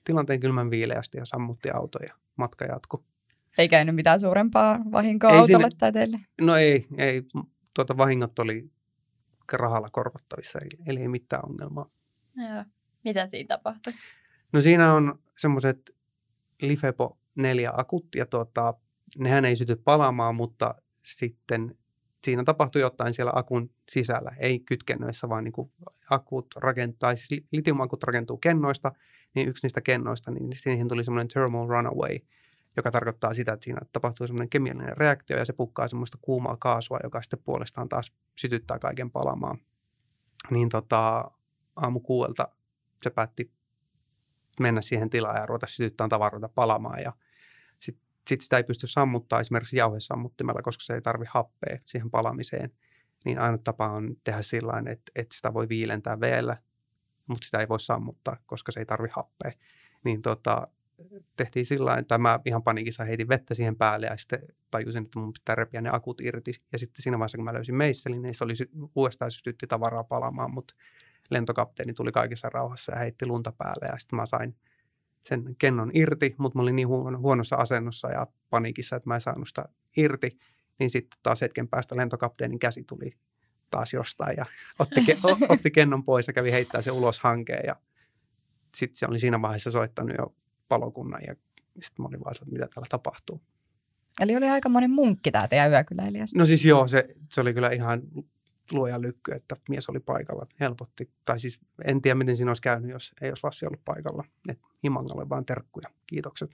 tilanteen kylmän viileästi ja sammutti auto ja matka jatkui. Ei käynyt mitään suurempaa vahinkoa Ei autolle sinne, tai teille? No ei, ei. Tuota, vahingot oli rahalla korvattavissa, eli, eli ei mitään ongelmaa. Joo. Mitä siinä tapahtui? No siinä on semmoiset Lifepo neljä akut, ja tuota, nehän ei syty palaamaan, mutta sitten siinä tapahtui jotain siellä akun sisällä, ei kytkennöissä, vaan niin kuin akut rakentaa, siis litiumakut rakentuu kennoista, niin yksi niistä kennoista, niin siihen tuli semmoinen thermal runaway, joka tarkoittaa sitä, että siinä tapahtuu semmoinen kemiallinen reaktio ja se pukkaa semmoista kuumaa kaasua, joka sitten puolestaan taas sytyttää kaiken palamaan. Niin tota, aamu kuuelta se päätti mennä siihen tilaan ja ruveta sytyttämään tavaroita palamaan ja sitten sit sitä ei pysty sammuttaa esimerkiksi jauhesammuttimella, koska se ei tarvitse happea siihen palamiseen. Niin ainut tapa on tehdä sillain, että, että sitä voi viilentää veellä, mutta sitä ei voi sammuttaa, koska se ei tarvitse happea. Niin tota, tehtiin sillain, että mä ihan paniikissa heitin vettä siihen päälle ja sitten tajusin, että mun pitää repiä ne akut irti. Ja sitten siinä vaiheessa, kun mä löysin meisselin, niin se oli uudestaan sytytti tavaraa palaamaan, mutta lentokapteeni tuli kaikessa rauhassa ja heitti lunta päälle ja sitten mä sain sen kennon irti, mutta mä olin niin huonossa asennossa ja paniikissa, että mä en saanut sitä irti, niin sitten taas hetken päästä lentokapteenin käsi tuli taas jostain ja otti, otti kennon pois ja kävi heittää se ulos hankeen ja sitten se oli siinä vaiheessa soittanut jo palokunnan ja sitten mä olin vaan, että mitä täällä tapahtuu. Eli oli aika monen munkki tää teidän yökyläilijä. No siis joo, se, se oli kyllä ihan luojan lykky, että mies oli paikalla. Helpotti. Tai siis en tiedä, miten siinä olisi käynyt, jos ei olisi Lassi ollut paikalla. Et Himangalle vaan terkkuja. Kiitokset.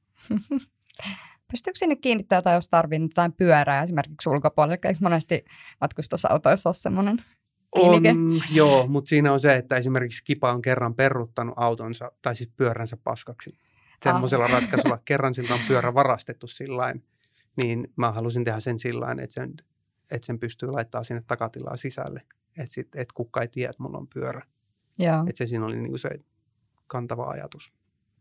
Pystyykö sinne kiinnittämään tai jos tarvii jotain pyörää esimerkiksi ulkopuolelle? Eikö monesti matkustusautoissa ole semmoinen kiinnike? On, joo, mutta siinä on se, että esimerkiksi Kipa on kerran perruttanut autonsa, tai siis pyöränsä paskaksi. Semmoisella ah. ratkaisulla. Kerran siltä on pyörä varastettu sillain, niin mä halusin tehdä sen sillain, että sen, että sen pystyy laittamaan sinne takatilaa sisälle. Että sit, et kukaan ei tiedä, että mulla on pyörä. Että se siinä oli niinku se kantava ajatus.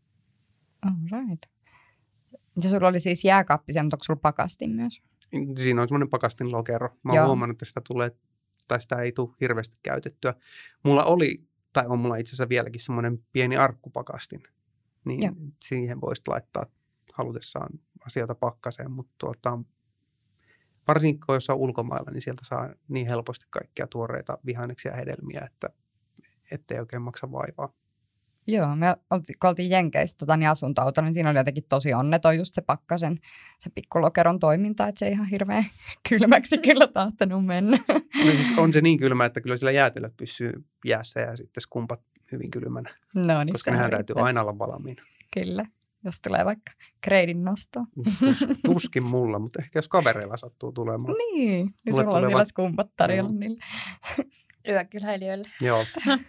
All right. Ja sulla oli siis jääkaappi, mutta onko sulla pakastin myös? Siinä on semmoinen pakastin lokero. Mä oon huomannut, että sitä tulee, tai sitä ei tule hirveästi käytettyä. Mulla oli, tai on mulla itse asiassa vieläkin semmoinen pieni arkkupakastin. Niin Joo. siihen voisit laittaa halutessaan asioita pakkaseen, mutta tuota, varsinkin kun jossain ulkomailla, niin sieltä saa niin helposti kaikkia tuoreita vihanneksia ja hedelmiä, että ettei oikein maksa vaivaa. Joo, me oltiin, kun oltiin Jenkeissä tota, niin asuntoauto, niin siinä oli jotenkin tosi onneton just se pakkasen, se pikkulokeron toiminta, että se ei ihan hirveän kylmäksi kyllä tahtonut mennä. No siis on se niin kylmä, että kyllä sillä jäätelöt pysyy jäässä ja sitten skumpat hyvin kylmänä, no, niin koska nehän täytyy aina olla valmiina. Kyllä, jos tulee vaikka kreidin nostoa. Tus, tuskin mulla, mutta ehkä jos kavereilla sattuu tulemaan. Niin, niin sulla on niillä skumpat tarjolla no. niille. Yökyläilijöille. Joo.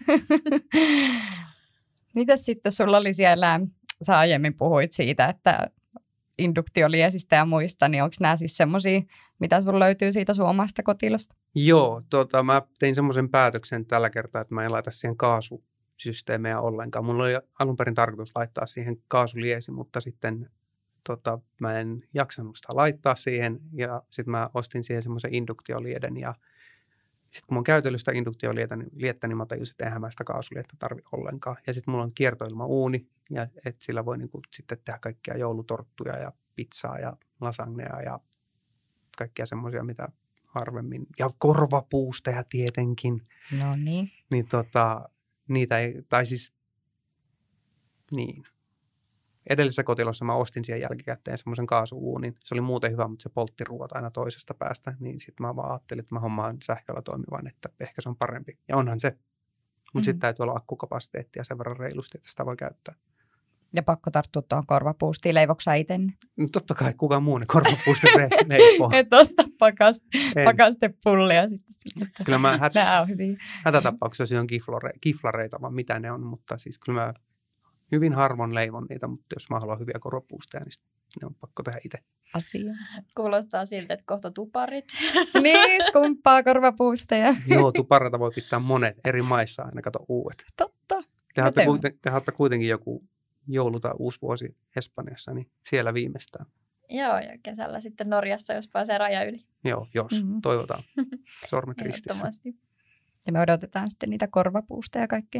Mitäs sitten sulla oli siellä, sä aiemmin puhuit siitä, että induktioliesistä ja muista, niin onko nämä siis semmoisia, mitä sulla löytyy siitä suomalaisesta kotilosta? Joo, tota, mä tein semmoisen päätöksen tällä kertaa, että mä en laita siihen kaasusysteemejä ollenkaan. Mulla oli alun perin tarkoitus laittaa siihen kaasuliesi, mutta sitten tota, mä en jaksanut sitä laittaa siihen ja sitten mä ostin siihen semmoisen induktiolieden ja sitten kun mä oon käytellyt sitä induktioliettä, niin mä tajusin, että eihän mä sitä kaasuliettä tarvi ollenkaan. Ja sitten mulla on kiertoilmauuni, ja että sillä voi niinku sitten tehdä kaikkia joulutorttuja ja pizzaa ja lasagnea ja kaikkia semmoisia, mitä harvemmin. Ja korvapuusteja tietenkin. No niin. Niin tota, niitä ei, tai siis, niin. Edellisessä kotilossa mä ostin siihen jälkikäteen semmoisen kaasuuunin. Se oli muuten hyvä, mutta se poltti ruoat aina toisesta päästä. Niin sitten mä vaan ajattelin, että mä hommaan sähköllä toimivan, että ehkä se on parempi. Ja onhan se. Mutta mm-hmm. sitten täytyy olla akkukapasiteettia sen verran reilusti, että sitä voi käyttää. Ja pakko tarttua tuohon korvapuustiin. Leivoksa sä itse? No totta kai, kukaan muu ne korvapuustit leipoo. Et osta pakast, pakastepullia sitten. Kyllä mä hät, Nämä on hyviä. hätätapauksessa on kiflore, kiflareita, vaan mitä ne on. Mutta siis kyllä mä hyvin harvoin leivon niitä, mutta jos mä haluan hyviä korvapuusteja, niin ne on pakko tehdä itse. Asia. Kuulostaa siltä, että kohta tuparit. Niin, skumppaa korvapuusteja. Joo, tupareita voi pitää monet eri maissa aina, kato uudet. Totta. Te olette kuiten, kuitenkin joku joulu tai uusi vuosi Espanjassa, niin siellä viimeistään. Joo, ja kesällä sitten Norjassa, jos pääsee raja yli. Joo, jos. Mm-hmm. Toivotaan. Sormet ristissä. Ja me odotetaan sitten niitä korvapuusteja ja kaikkea niitä.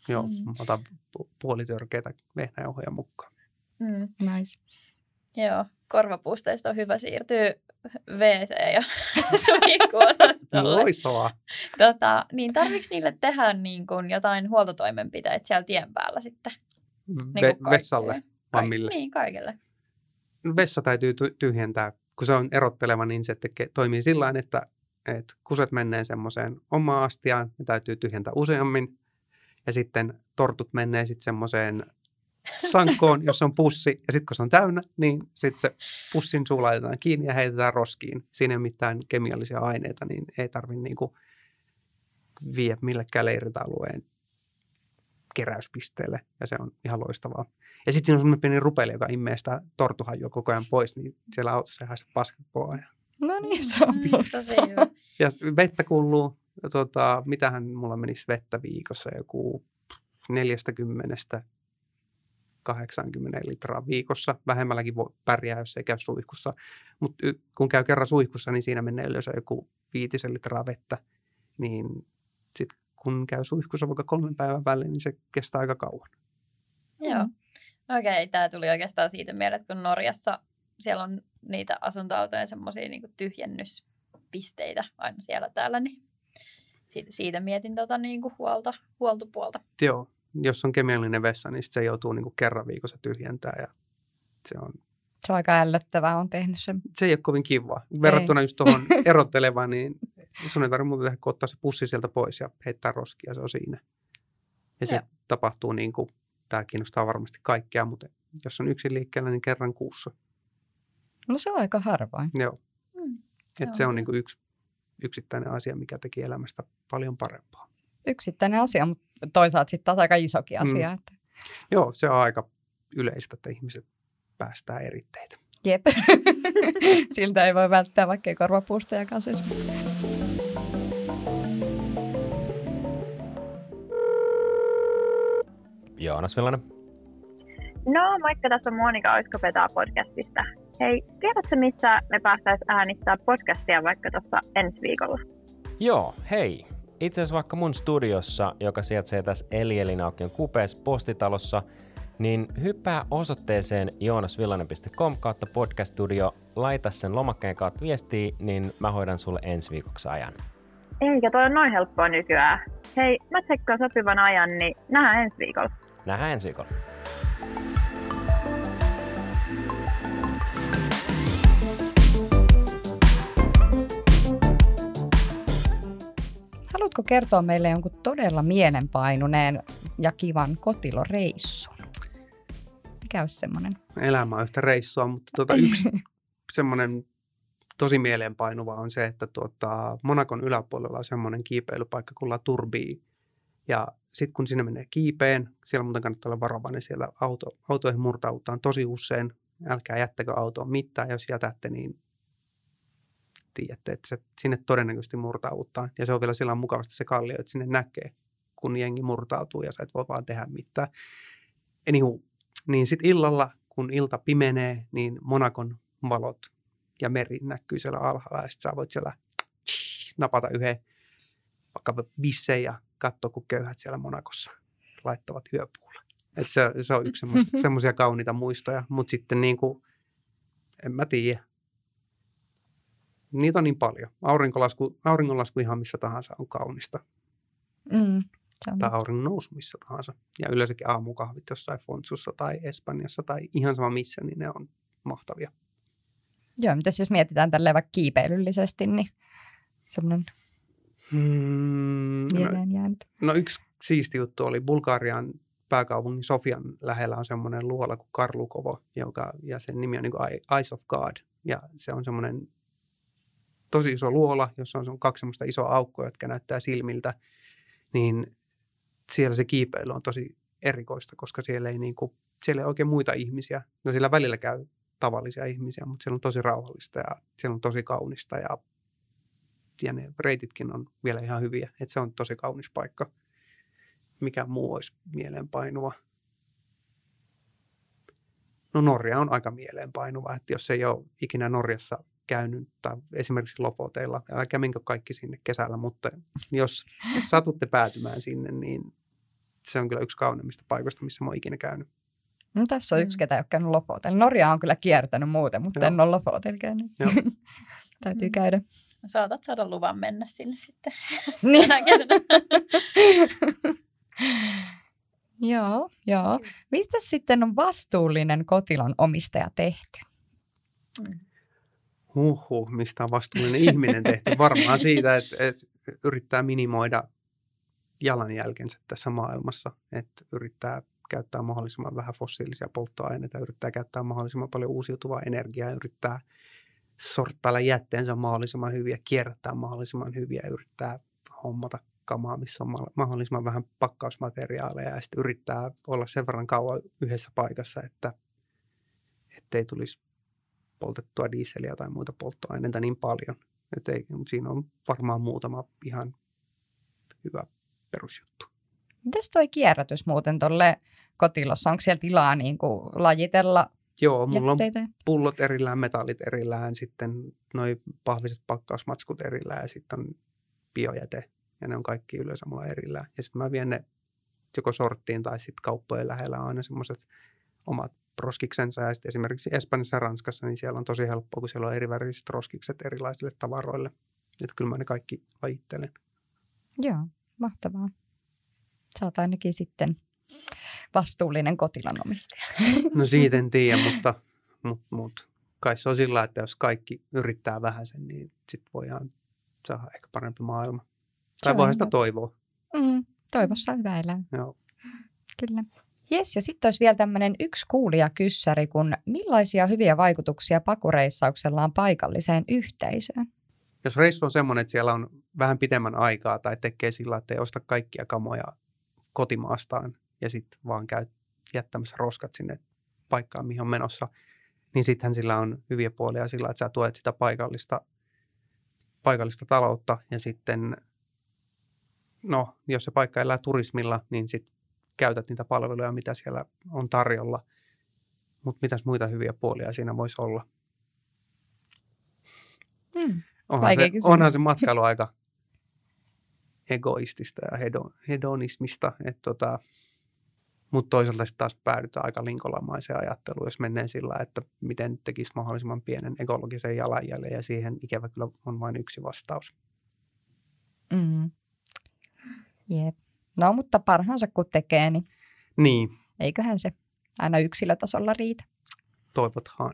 Joo, Mm. mä otan pu- puolitörkeitä vehnäjauhoja mukaan. Mm. Nice. Joo, korvapuusteista on hyvä siirtyä wc ja suihkuosastolle. Loistavaa. Tota, niin tarviiko niille tehdä niin kuin jotain huoltotoimenpiteitä siellä tien päällä sitten? Niin Ve- kuin vessalle, kaikkeen? vai Kaik- mille? Niin, kaikille. Vessa täytyy ty- tyhjentää. Kun se on erotteleva, niin se tekee, toimii sillä tavalla, että, että kuset menee semmoiseen omaan astiaan, ne täytyy tyhjentää useammin. Ja sitten tortut menee sitten semmoiseen sankkoon, jossa on pussi. Ja sitten kun se on täynnä, niin sitten se pussin suu laitetaan kiinni ja heitetään roskiin. Siinä ei ole mitään kemiallisia aineita, niin ei tarvitse niinku viedä millekään leirintäalueen keräyspisteelle. Ja se on ihan loistavaa. Ja sitten siinä on semmoinen pieni rupeli, joka imee sitä tortuhajua koko ajan pois, niin siellä autossa ei haista paskappoa. No niin, se on Mm, plussa. tosi hyvä. Ja vettä kuuluu, tota, mitähän mulla menisi vettä viikossa, joku neljästäkymmenestä kahdeksankymmentä litraa viikossa. Vähemmälläkin voi pärjää, jos ei käy suihkussa. Mutta kun käy kerran suihkussa, niin siinä menee yleensä joku viitisen litraa vettä. Niin sitten kun käy suihkussa vaikka kolmen päivän välein, niin se kestää aika kauan. Joo. Okei, okay, tämä tuli oikeastaan siitä mieleen, että kun Norjassa siellä on niitä asuntoautojen semmoisia niin tyhjennyspisteitä aina siellä täällä, niin siitä, siitä mietin tota niin kuin huolta, huoltopuolta. Joo, jos on kemiallinen vessa, niin sit se joutuu niinku kerran viikossa tyhjentää ja se on, Se on aika ällöttävää, on tehnyt sen. se ei ole kovin kivaa. Verrattuna just tuohon erottelevaan, niin sun ei tarvitse muuta tehdä, kun ottaa se pussi sieltä pois ja heittää roskia, se on siinä. Ja se Joo. tapahtuu niin kuin, tämä kiinnostaa varmasti kaikkea, mutta jos on yksin liikkeellä, niin kerran kuussa. No se on aika harvoin. Joo, Mm. että se on niin kuin yksi yksittäinen asia, mikä teki elämästä paljon parempaa. Yksittäinen asia, mutta toisaalta sitten taas aika isokin asia. Mm. Että. Joo, se on aika yleistä, että ihmiset päästää eritteitä. Jep. Siltä ei voi välttää, vaikka ei korvapuustajakaan se. Joonas Villanen. No, moikka, tässä on Monika Oisko Petaa podcastista. Hei, tiedätkö missä me päästäisiin äänittää podcastia vaikka tuossa ensi viikolla? Joo, hei. Itse asiassa vaikka mun studiossa, joka sijaitsee tässä Eli-Elinaukion kupeessa postitalossa, niin hyppää osoitteeseen joonasvillanen piste com kautta podcast studio, laita sen lomakkeen kautta viestiä, niin mä hoidan sulle ensi viikoksi ajan. Eikä toi on noin helppoa nykyään. Hei, mä tsekkaan sopivan ajan, niin nähdään ensi viikolla. Nähdään ensi viikolla. Haluatko kertoa meille jonkun todella mielenpainuneen ja kivan kotiloreissun? Mikä olisi semmoinen? Elämä on yhtä reissua, mutta tuota yksi semmoinen tosi mieleenpainuva on se, että tuota, Monacon yläpuolella on semmoinen kiipeilypaikka kuin La Tourbie. Ja sitten kun sinne menee kiipeen, siellä muuten kannattaa olla varovainen, siellä auto, autoihin murtaudutaan tosi usein. Älkää jättäkö autoon mitään, jos jätätte, niin tiedätte, että se sinne todennäköisesti murtaudutaan. Ja se on vielä sillä mukavasti se kallio, että sinne näkee, kun jengi murtautuu ja sä et voi vaan tehdä mitään. Anywho, niin sitten illalla, kun ilta pimenee, niin Monacon valot ja meri näkyy siellä alhaalla. Ja sitten sä voit siellä napata yhden vaikka bisseen ja katsoa, kun köyhät siellä Monacossa laittavat yöpuulla. Et se, se on yksi semmoisia kauniita muistoja. Mutta sitten niin kuin, en mä tiedä. Niitä on niin paljon. Aurinkolasku, auringonlasku ihan missä tahansa on kaunista. Mm, se on. Tai auringon nousu missä tahansa. Ja yleensäkin aamukahvit jossain Fontsussa tai Espanjassa tai ihan sama missä, niin ne on mahtavia. Joo, mitäs jos mietitään tälleen vaikka kiipeilyllisesti, niin semmoinen Hmm, no, mieleen jäänyt. no yksi siisti juttu oli Bulgarian pääkaupungin Sofian lähellä on semmoinen luola kuin Karlukovo, joka, ja sen nimi on niin kuin Eyes of God. Ja se on semmoinen tosi iso luola, jossa on kaksi semmoista isoa aukkoa, jotka näyttää silmiltä. Niin siellä se kiipeily on tosi erikoista, koska siellä ei, niin kuin, siellä ei oikein muita ihmisiä. No siellä välillä käy tavallisia ihmisiä, mutta siellä on tosi rauhallista ja siellä on tosi kaunista ja, ja ne reititkin on vielä ihan hyviä. Että se on tosi kaunis paikka. Mikä muu olisi mieleenpainuva? No Norja on aika mieleenpainuva, että jos ei ole ikinä Norjassa käynyt tai esimerkiksi Lofoteilla, älkää minkö kaikki sinne kesällä, mutta jos satutte päätymään sinne, niin se on kyllä yksi kauneimmista paikoista, missä mä oon ikinä käynyt. No, tässä on Mm. yksi, ketä ei ole käynyt Lofotella. Norja on kyllä kiertänyt muuten, mutta Joo. en ole Lofotella käynyt. Joo. Täytyy Mm. käydä. Saatat saada luvan mennä sinne sitten. Niin. Tänä kesänä. Joo, joo. Mistä sitten on vastuullinen kotilon omistaja tehty? Mm. Huhhuh, mistä on vastuullinen ihminen tehty. Varmaan siitä, että, että yrittää minimoida jalanjälkensä tässä maailmassa. Että yrittää käyttää mahdollisimman vähän fossiilisia polttoaineita, yrittää käyttää mahdollisimman paljon uusiutuvaa energiaa, yrittää sorttailla jätteensä mahdollisimman hyviä, kierrättää mahdollisimman hyviä ja yrittää hommata kamaa, missä on mahdollisimman vähän pakkausmateriaaleja ja sitten yrittää olla sen verran kauan yhdessä paikassa, että ettei tulisi poltettua dieseliä tai muita polttoaineita niin paljon. Et ei, siinä on varmaan muutama ihan hyvä perusjuttu. Mites toi kierrätys muuten tuolle kotilossa? Onko siellä tilaa niin kuin lajitella Joo, mulla on jätteitä? pullot erillään, metallit erillään, sitten noi pahviset pakkausmatskut erillään ja sitten on biojäte ja ne on kaikki yleensä mulla erillään. Ja sitten mä vien ne joko sorttiin tai sitten kauppojen lähellä on aina semmoiset omat roskiksensa ja sitten esimerkiksi Espanjassa ja Ranskassa, niin siellä on tosi helppoa, kun siellä on eriväriset roskikset erilaisille tavaroille. Että kyllä mä ne kaikki lajittelen. Joo, mahtavaa. Sä oot ainakin sitten vastuullinen kotilon omistaja. No siitä en tiedä, mutta, mutta, mutta kai se on sillä, että jos kaikki yrittää vähäsen, niin sitten voidaan saada ehkä parempi maailma. Tai on voidaan sitä hyvä. toivoa. Mm, toivossa on hyvä elää. Joo. Kyllä. Jes, ja sitten olisi vielä tämmöinen yksi kuulijakyssäri, kun millaisia hyviä vaikutuksia pakureissauksella on paikalliseen yhteisöön? Jos reissu on semmoinen, että siellä on vähän pitemmän aikaa tai tekee sillä, että ei osta kaikkia kamoja kotimaastaan ja sitten vaan käy jättämässä roskat sinne paikkaan, mihin on menossa, niin sittenhän sillä on hyviä puolia sillä, että sä tuet sitä paikallista, paikallista taloutta ja sitten, no, jos se paikka elää turismilla, niin sitten käytät niitä palveluja, mitä siellä on tarjolla. Mutta mitäs muita hyviä puolia siinä voisi olla? Hmm. Onhan se, Vaikea kysymys. onhan se matkailu aika egoistista ja hedon, hedonismista. Tota, mutta toisaalta sitten taas päädytään aika linkolamaiseen ajatteluun, jos mennään sillä, että miten tekisi mahdollisimman pienen ekologisen jalanjäljen, ja siihen ikävä kyllä on vain yksi vastaus. Mm. Jep. No, mutta parhaansa kun tekee, niin Niin, eiköhän se aina yksilötasolla riitä. toivothan.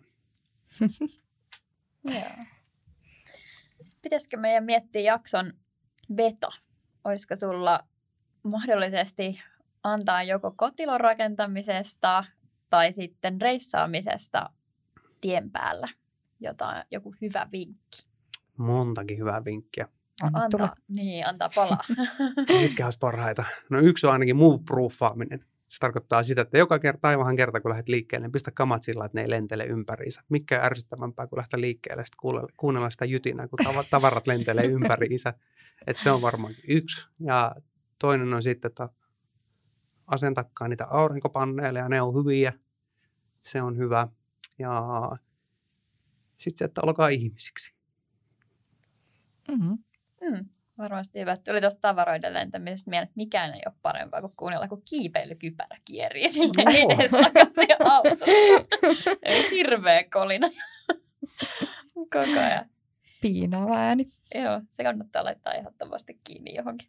Joo. Pitäisikö meidän miettiä jakson veto? Olisiko sulla mahdollisesti antaa joko kotilon rakentamisesta tai sitten reissaamisesta tien päällä jotain, joku hyvä vinkki? Montakin hyvää vinkkiä. Anna tulla. Antaa, niin, antaa palaa. Mitkä olisi parhaita? No yksi on ainakin move-proofaaminen. Se tarkoittaa sitä, että joka kerta, aivan kerta kun lähdet liikkeelle, niin pistä kamat sillä, että ne ei lentele ympäriinsä. Mikä on ärsyttävämpää kuin lähteä liikkeelle, sitten kuunnella, kuunnella sitä jytinää, kun tavarat lentelee ympäriinsä. Että se on varmaan yksi. Ja toinen on sitten, että asentakaa niitä aurinkopaneeleja, ne on hyviä. Se on hyvä. Ja sitten se, että olkaa ihmisiksi. Mm-hmm. Mm, varmasti hyvä. Tuli tuosta tavaroiden lentämisestä mieleen, että mikään ei ole parempaa kuin kuunnella, kun kiipeilykypärä kierii silleen Oho. edestakaisin autossa. Ei hirveä kolina koko ajan. Piinaava ääni. Joo, se kannattaa laittaa ehdottomasti kiinni johonkin.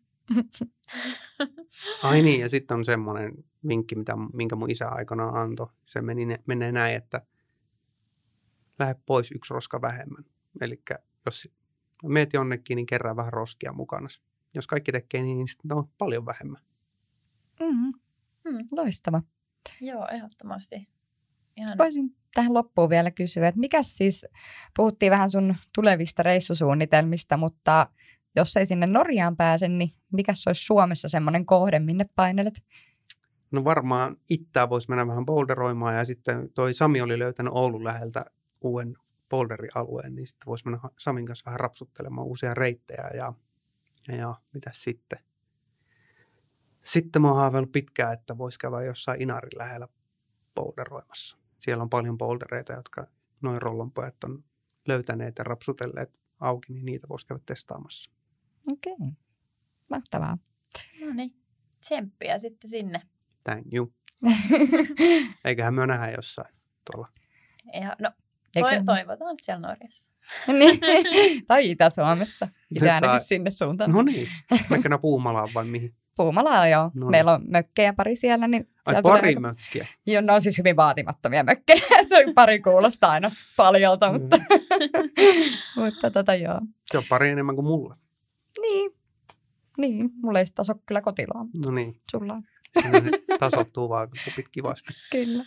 Ai niin, ja sitten on semmoinen vinkki, mitä, minkä mun isä aikanaan antoi. Se meni, menee näin, että lähde pois yksi roska vähemmän. Eli jos meet jonnekin, niin kerää vähän roskia mukana. Jos kaikki tekee niin, niin sitten on paljon vähemmän. Mm-hmm. Hmm. Loistava. Joo, ehdottomasti. Ihan... Voisin tähän loppuun vielä kysyä, että mikä siis, puhuttiin vähän sun tulevista reissusuunnitelmista, mutta jos ei sinne Norjaan pääse, niin mikä se olisi Suomessa semmoinen kohde, minne painelet? No varmaan ittää voisi mennä vähän boulderoimaan, ja sitten toi Sami oli löytänyt Oulun läheltä uuden boulderialueen, niin sitten voisi mennä Samin kanssa vähän rapsuttelemaan uusia reittejä, ja, ja mitäs sitten? Sitten mä oon haaveillut pitkään, että voisi käydä jossain Inarin lähellä boulderoimassa. Siellä on paljon bouldereita, jotka noin rollonpojat on löytäneet ja rapsutelleet auki, niin niitä voisi käydä testaamassa. Okei, mahtavaa. No niin. Tsemppiä sitten sinne. Thank you. Eiköhän me nähdä jossain tuolla. Ja, no, Eikö? toi, toivotaan, että siellä Norjassa. Niin. Tai Itä-Suomessa. Pitää Tai- ainakin sinne suuntaan. No niin, vaikka Puumalaan vai mihin? Puumalaa joo. No Meillä on mökkejä pari siellä. Niin Ai siellä pari tulee aika- mökkiä. Joo, ne on siis hyvin vaatimattomia mökkejä. Se on pari kuulostaa aina paljolta, mutta, mutta tota joo. Se on pari enemmän kuin mulla. Niin. Niin, mulla ei sit taas ole kyllä kotiloa. No niin, Sulla on. siinä se tasoittuu vaan kupit kivasti. Kyllä.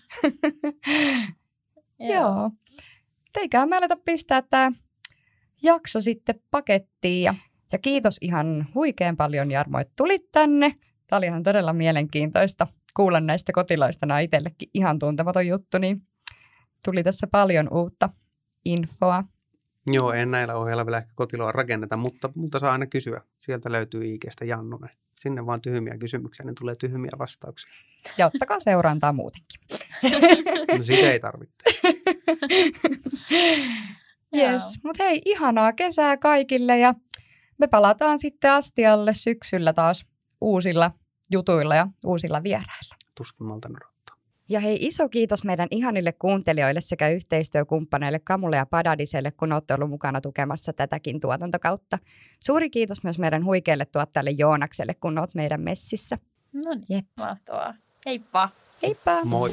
Joo. Eiköhän me aleta pistää tämä jakso sitten pakettiin. Ja, ja kiitos ihan huikean paljon, Jarmo, että tulit tänne. Tämä oli ihan todella mielenkiintoista kuulla näistä kotiloista. Nämä on itsellekin ihan tuntematon juttu, niin tuli tässä paljon uutta infoa. Joo, en näillä ohjeilla vielä ehkä kotiloa rakenneta, mutta, mutta saa aina kysyä. Sieltä löytyy I G:stä Jannunen. Sinne vaan tyhmiä kysymyksiä, niin tulee tyhmiä vastauksia. Ja ottakaa seurantaa muutenkin. No sitä ei tarvitse. Yes, mutta hei, ihanaa kesää kaikille ja me palataan sitten astialle syksyllä taas uusilla jutuilla ja uusilla vierailla. Tuskin malta odottaa. Ja hei, iso kiitos meidän ihanille kuuntelijoille sekä yhteistyökumppaneille Kamulle ja Padadiselle, kun olette olleet mukana tukemassa tätäkin tuotantokautta. Suuri kiitos myös meidän huikealle tuottajalle Joonakselle, kun olet meidän messissä. No niin, Jep. mahtavaa. Heippa! Heippa! Moi!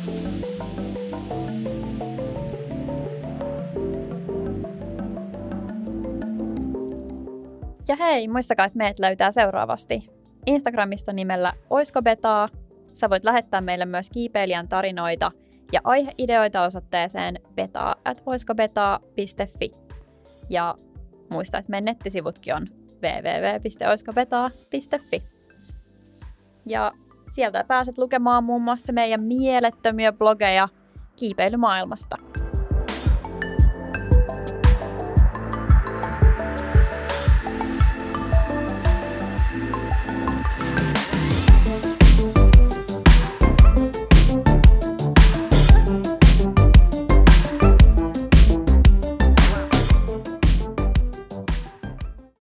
Ja hei, muistakaa, että meidät löytää seuraavasti Instagramista nimellä Oisko Betaa. Sä voit lähettää meille myös kiipeilijän tarinoita ja aiheideoita osoitteeseen betaa at oiskobetaa piste fi. Ja muista, että meidän nettisivutkin on double-u double-u double-u piste oiskobetaa piste fi. Ja sieltä pääset lukemaan muun muassa meidän mielettömiä blogeja kiipeilymaailmasta.